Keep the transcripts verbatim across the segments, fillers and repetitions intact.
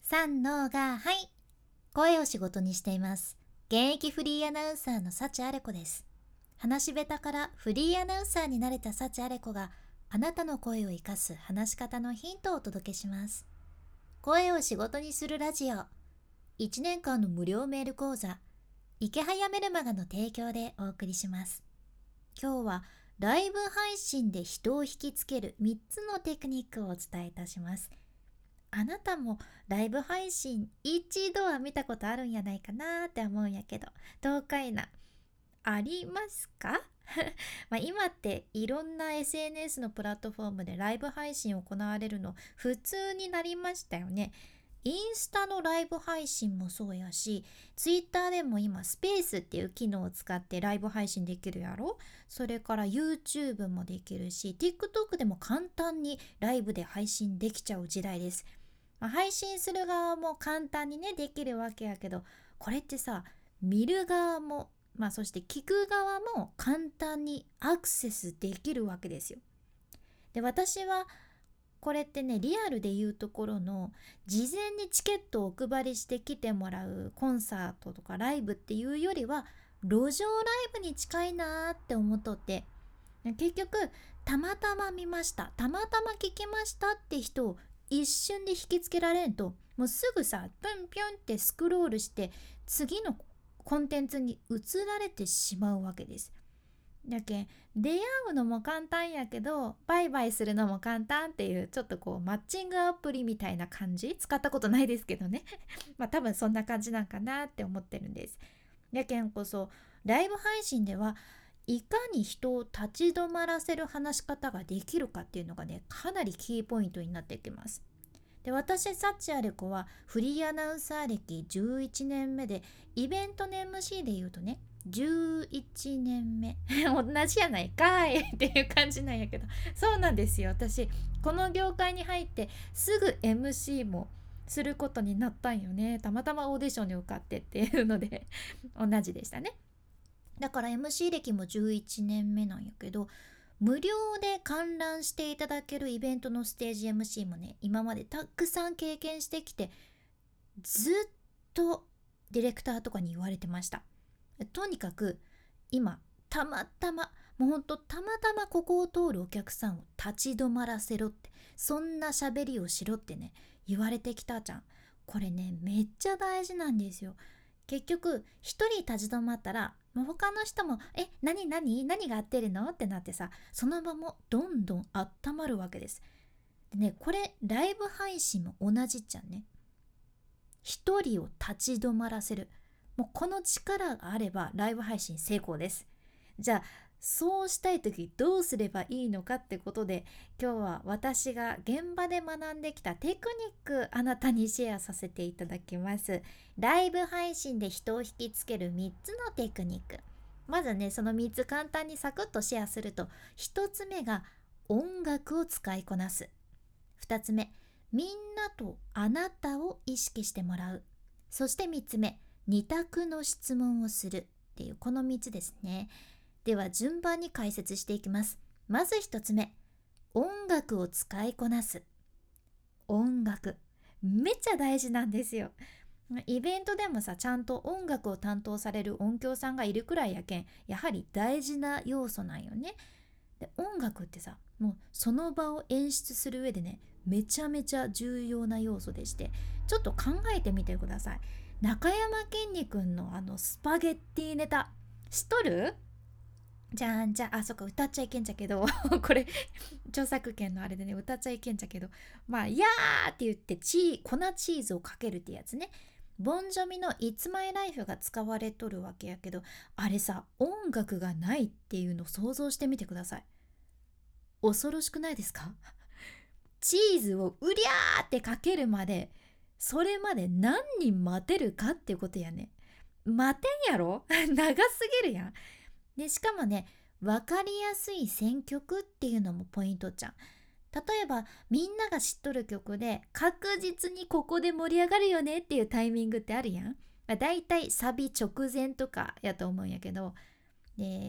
さんのがはい。声を仕事にしています。現役フリーアナウンサーの幸あれ子です。話し下手からフリーアナウンサーになれた幸あれ子があなたの声を生かす話し方のヒントをお届けします。声を仕事にするラジオ。いちねんかんの無料メール講座、池早メルマガの提供でお送りします。今日はライブ配信で人を引きつけるみっつのテクニックをお伝えいたします。あなたもライブ配信一度は見たことあるんやないかなって思うんやけど、どうかいな、ありますか？まあ今っていろんな エスエヌエス のプラットフォームでライブ配信行われるの普通になりましたよね。インスタのライブ配信もそうやし、ツイッターでも今スペースっていう機能を使ってライブ配信できるやろ。それから YouTube もできるし、 TikTok でも簡単にライブで配信できちゃう時代です。まあ配信する側も簡単にねできるわけやけど、これってさ、見る側も、まあそして聞く側も簡単にアクセスできるわけですよ。で、私はこれってね、リアルでいうところの事前にチケットをお配りして来てもらうコンサートとかライブっていうよりは路上ライブに近いなーって思っとって、結局たまたま見ました、たまたま聞きましたって人を一瞬で引きつけられんと、もうすぐさプンピュンってスクロールして次のコンテンツに移られてしまうわけです。だけん出会うのも簡単やけどバイバイするのも簡単っていう、ちょっとこうマッチングアプリみたいな感じ、使ったことないですけどねまあ多分そんな感じなんかなって思ってるんです。やけんこそライブ配信ではいかに人を立ち止まらせる話し方ができるかっていうのがね、かなりキーポイントになってきます。で、私サチアレコはフリーアナウンサー歴じゅういちねんめで、イベントの エムシー で言うとねじゅういちねんめ同じやないかいっていう感じなんやけど、そうなんですよ。私この業界に入ってすぐ エムシー もすることになったんよね。たまたまオーディションに受かってっていうので同じでしたね。だから エムシー 歴もじゅういちねんめなんやけど、無料で観覧していただけるイベントのステージ エムシー もね、今までたくさん経験してきて、ずっとディレクターとかに言われてました。とにかく今たまたま、もうほんとたまたまここを通るお客さんを立ち止まらせろって、そんな喋りをしろってね言われてきたじゃん。これねめっちゃ大事なんですよ。結局一人立ち止まったらもう他の人も「え、何何何が合ってるの?」ってなってさ、その場もどんどん温まるわけです。でね、これライブ配信も同じじゃんね。一人を立ち止まらせる、もうこの力があればライブ配信成功です。じゃあそうしたい時どうすればいいのかってことで、今日は私が現場で学んできたテクニック、あなたにシェアさせていただきます。ライブ配信で人を引きつけるみっつのテクニック。まずね、そのみっつ簡単にサクッとシェアすると、ひとつめが音楽を使いこなす。ふたつめ、みんなとあなたを意識してもらう。そしてみっつめ、に択の質問をするっていう、このみっつですね。では順番に解説していきます。まずひとつめ、音楽を使いこなす。音楽めっちゃ大事なんですよ。イベントでもさ、ちゃんと音楽を担当される音響さんがいるくらいやけん、やはり大事な要素なんよね。で、音楽ってさ、もうその場を演出する上でね、めちゃめちゃ重要な要素でして、ちょっと考えてみてください。中山きんに君のあのスパゲッティネタ知っとる？じゃんじゃん、あ、そっか、歌っちゃいけんちゃけどこれ著作権のあれでね歌っちゃいけんちゃけど、まあ「やー」って言ってチー粉チーズをかけるってやつね。ボンジョミの「It's My Life」が使われとるわけやけど、あれさ、音楽がないっていうのを想像してみてください。恐ろしくないですか？チーズをうりゃーってかけるまで、それまで何人待てるかっていうことやね。待てんやろ長すぎるやん。で、しかもね、分かりやすい選曲っていうのもポイントじゃん。例えばみんなが知っとる曲で確実にここで盛り上がるよねっていうタイミングってあるやん。まあ、だいたいサビ直前とかやと思うんやけど、で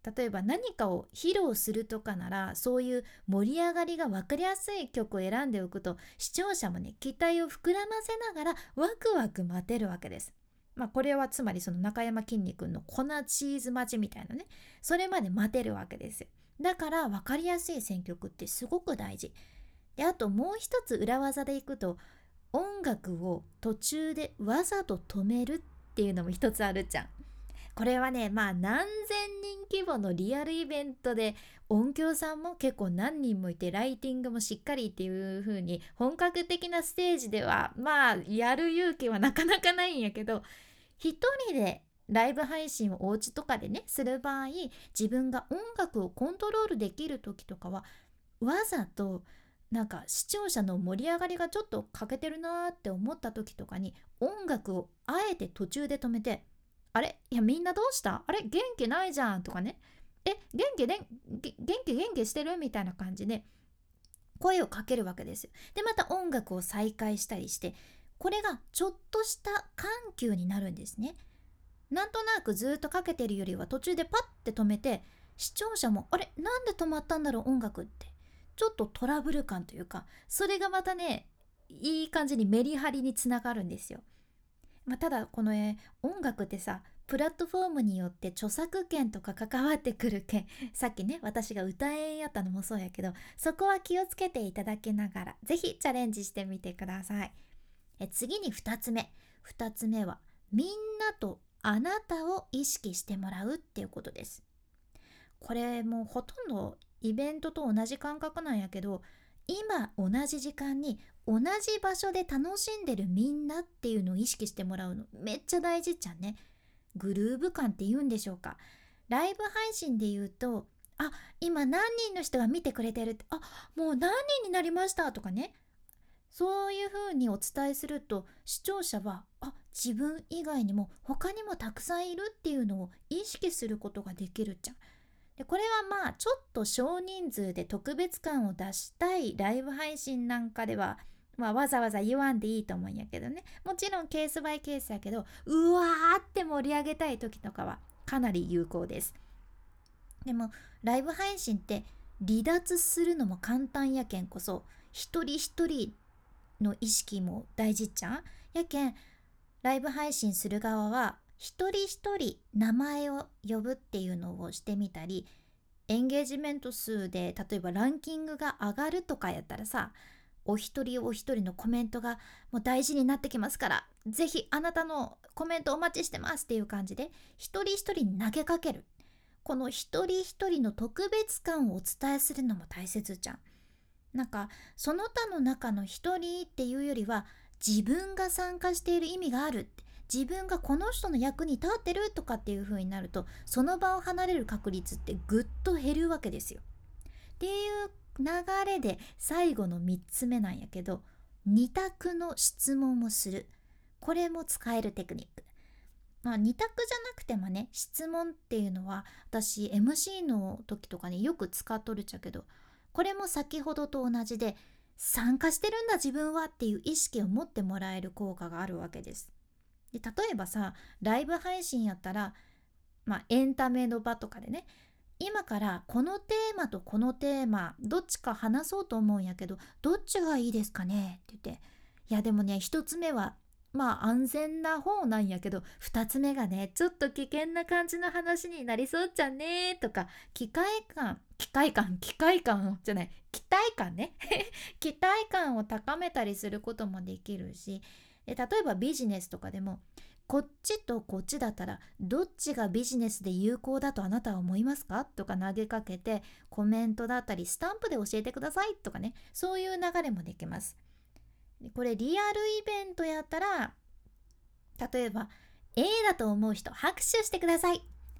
例えば何かを披露するとかなら、そういう盛り上がりが分かりやすい曲を選んでおくと、視聴者もね期待を膨らませながらワクワク待てるわけです。まあこれはつまりその中山きんに君の粉チーズ待ちみたいなね、それまで待てるわけですよ。だから分かりやすい選曲ってすごく大事で、あともう一つ裏技でいくと、音楽を途中でわざと止めるっていうのも一つあるじゃん。これはね、まあ何千人規模のリアルイベントで音響さんも結構何人もいて、ライティングもしっかりっていう風に本格的なステージではまあやる勇気はなかなかないんやけど、一人でライブ配信をお家とかでねする場合、自分が音楽をコントロールできる時とかは、わざとなんか視聴者の盛り上がりがちょっと欠けてるなーって思った時とかに、音楽をあえて途中で止めて、あれいやみんなどうした、あれ元気ないじゃんとかね、え元気でん元気元気してるみたいな感じで声をかけるわけですよ。でまた音楽を再開したりして、これがちょっとした緩急になるんですね。なんとなくずっとかけてるよりは途中でパッて止めて、視聴者もあれなんで止まったんだろう音楽って、ちょっとトラブル感というか、それがまたねいい感じにメリハリにつながるんですよ。まあ、ただこの、えー音楽ってさ、プラットフォームによって著作権とか関わってくるけん、さっきね私が歌えんやったのもそうやけど、そこは気をつけていただきながらぜひチャレンジしてみてください。え次にふたつめふたつめは、みんなとあなたを意識してもらうっていうことです。これもうほとんどイベントと同じ感覚なんやけど、今同じ時間に同じ場所で楽しんでるみんなっていうのを意識してもらうのめっちゃ大事じゃんね。グルーヴ感って言うんでしょうか。ライブ配信で言うと、あ、今何人の人が見てくれてるって、あ、もう何人になりましたとかね、そういう風にお伝えすると、視聴者はあ、自分以外にも他にもたくさんいるっていうのを意識することができるじゃん。でこれはまあちょっと少人数で特別感を出したいライブ配信なんかでは、まあ、わざわざ言わんでいいと思うんやけどね、もちろんケースバイケースやけど、うわーって盛り上げたい時とかはかなり有効です。でもライブ配信って離脱するのも簡単やけんこそ、一人一人の意識も大事じゃん。やけんライブ配信する側は一人一人名前を呼ぶっていうのをしてみたり、エンゲージメント数で例えばランキングが上がるとかやったらさ、お一人お一人のコメントがもう大事になってきますから、ぜひあなたのコメントお待ちしてますっていう感じで一人一人に投げかける。この一人一人の特別感をお伝えするのも大切じゃん。なんかその他の中の一人っていうよりは、自分が参加している意味があるって、自分がこの人の役に立ってるとかっていう風になると、その場を離れる確率ってぐっと減るわけですよ。っていう流れで最後のみっつめなんやけど、二択の質問をする。これも使えるテクニック。まあ二択じゃなくてもね、質問っていうのは私 エムシー の時とかによく使っとるっちゃけど、これも先ほどと同じで、参加してるんだ自分はっていう意識を持ってもらえる効果があるわけです。で例えばさ、ライブ配信やったら、まあエンタメの場とかでね、今からこのテーマとこのテーマどっちか話そうと思うんやけど、どっちがいいですかねって言って、いやでもね一つ目はまあ安全な方なんやけど、二つ目がねちょっと危険な感じの話になりそうじゃんねとか、機械感機械感機械感じゃない期待感ね期待感を高めたりすることもできるし、で例えばビジネスとかでも、こっちとこっちだったらどっちがビジネスで有効だとあなたは思いますかとか投げかけて、コメントだったりスタンプで教えてくださいとかね、そういう流れもできます。でこれリアルイベントやったら、例えば A だと思う人拍手してください、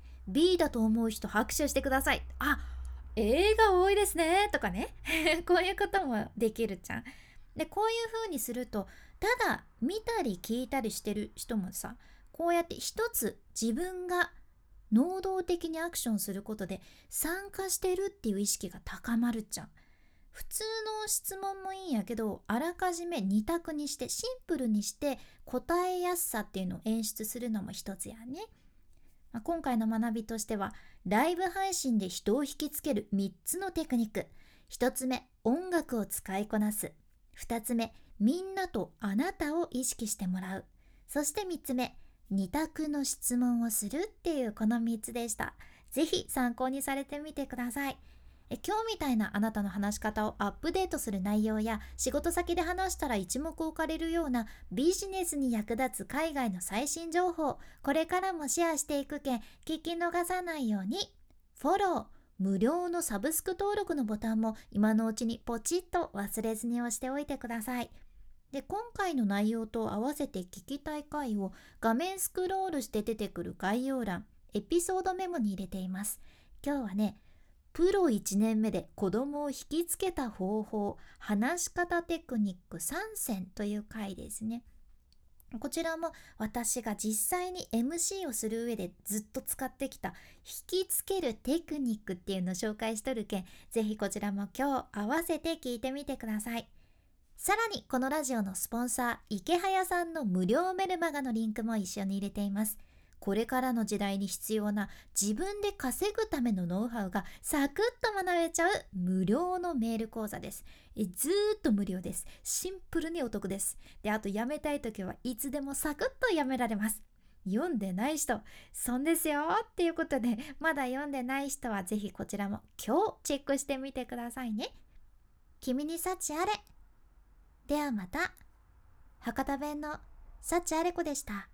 B だと思う人拍手してください、あ A が多いですねとかねこういうこともできるじゃん。でこういう風にすると、ただ見たり聞いたりしてる人もさ、こうやって一つ自分が能動的にアクションすることで参加してるっていう意識が高まるじゃん。普通の質問もいいんやけど、あらかじめ二択にしてシンプルにして答えやすさっていうのを演出するのも一つやね。 まあ、今回の学びとしては、ライブ配信で人を引きつけるみっつのテクニック。ひとつめ、音楽を使いこなす。ふたつめ、みんなとあなたを意識してもらう。そしてみっつめ、に択の質問をするっていうこのみっつでした。ぜひ参考にされてみてください。え今日みたいなあなたの話し方をアップデートする内容や、仕事先で話したら一目置かれるようなビジネスに役立つ海外の最新情報、これからもシェアしていくけん、聞き逃さないようにフォロー、無料のサブスク登録のボタンも今のうちにポチッと忘れずに押しておいてください。で、今回の内容と合わせて聞きたい回を画面スクロールして出てくる概要欄、エピソードメモに入れています。今日はね、プロいちねんめで子供を引きつけた方法、話し方テクニックさん選という回ですね。こちらも私が実際に エムシー をする上でずっと使ってきた引きつけるテクニックっていうのを紹介しとるけん、ぜひこちらも今日合わせて聞いてみてください。さらにこのラジオのスポンサー、池早さんの無料メルマガのリンクも一緒に入れています。これからの時代に必要な自分で稼ぐためのノウハウがサクッと学べちゃう無料のメール講座です。えずーっと無料です。シンプルにお得です。で、あとやめたいときはいつでもサクッとやめられます。読んでない人、損ですよっていうことで、まだ読んでない人はぜひこちらも今日チェックしてみてくださいね。君に幸あれ。ではまた。博多弁の幸あれ子でした。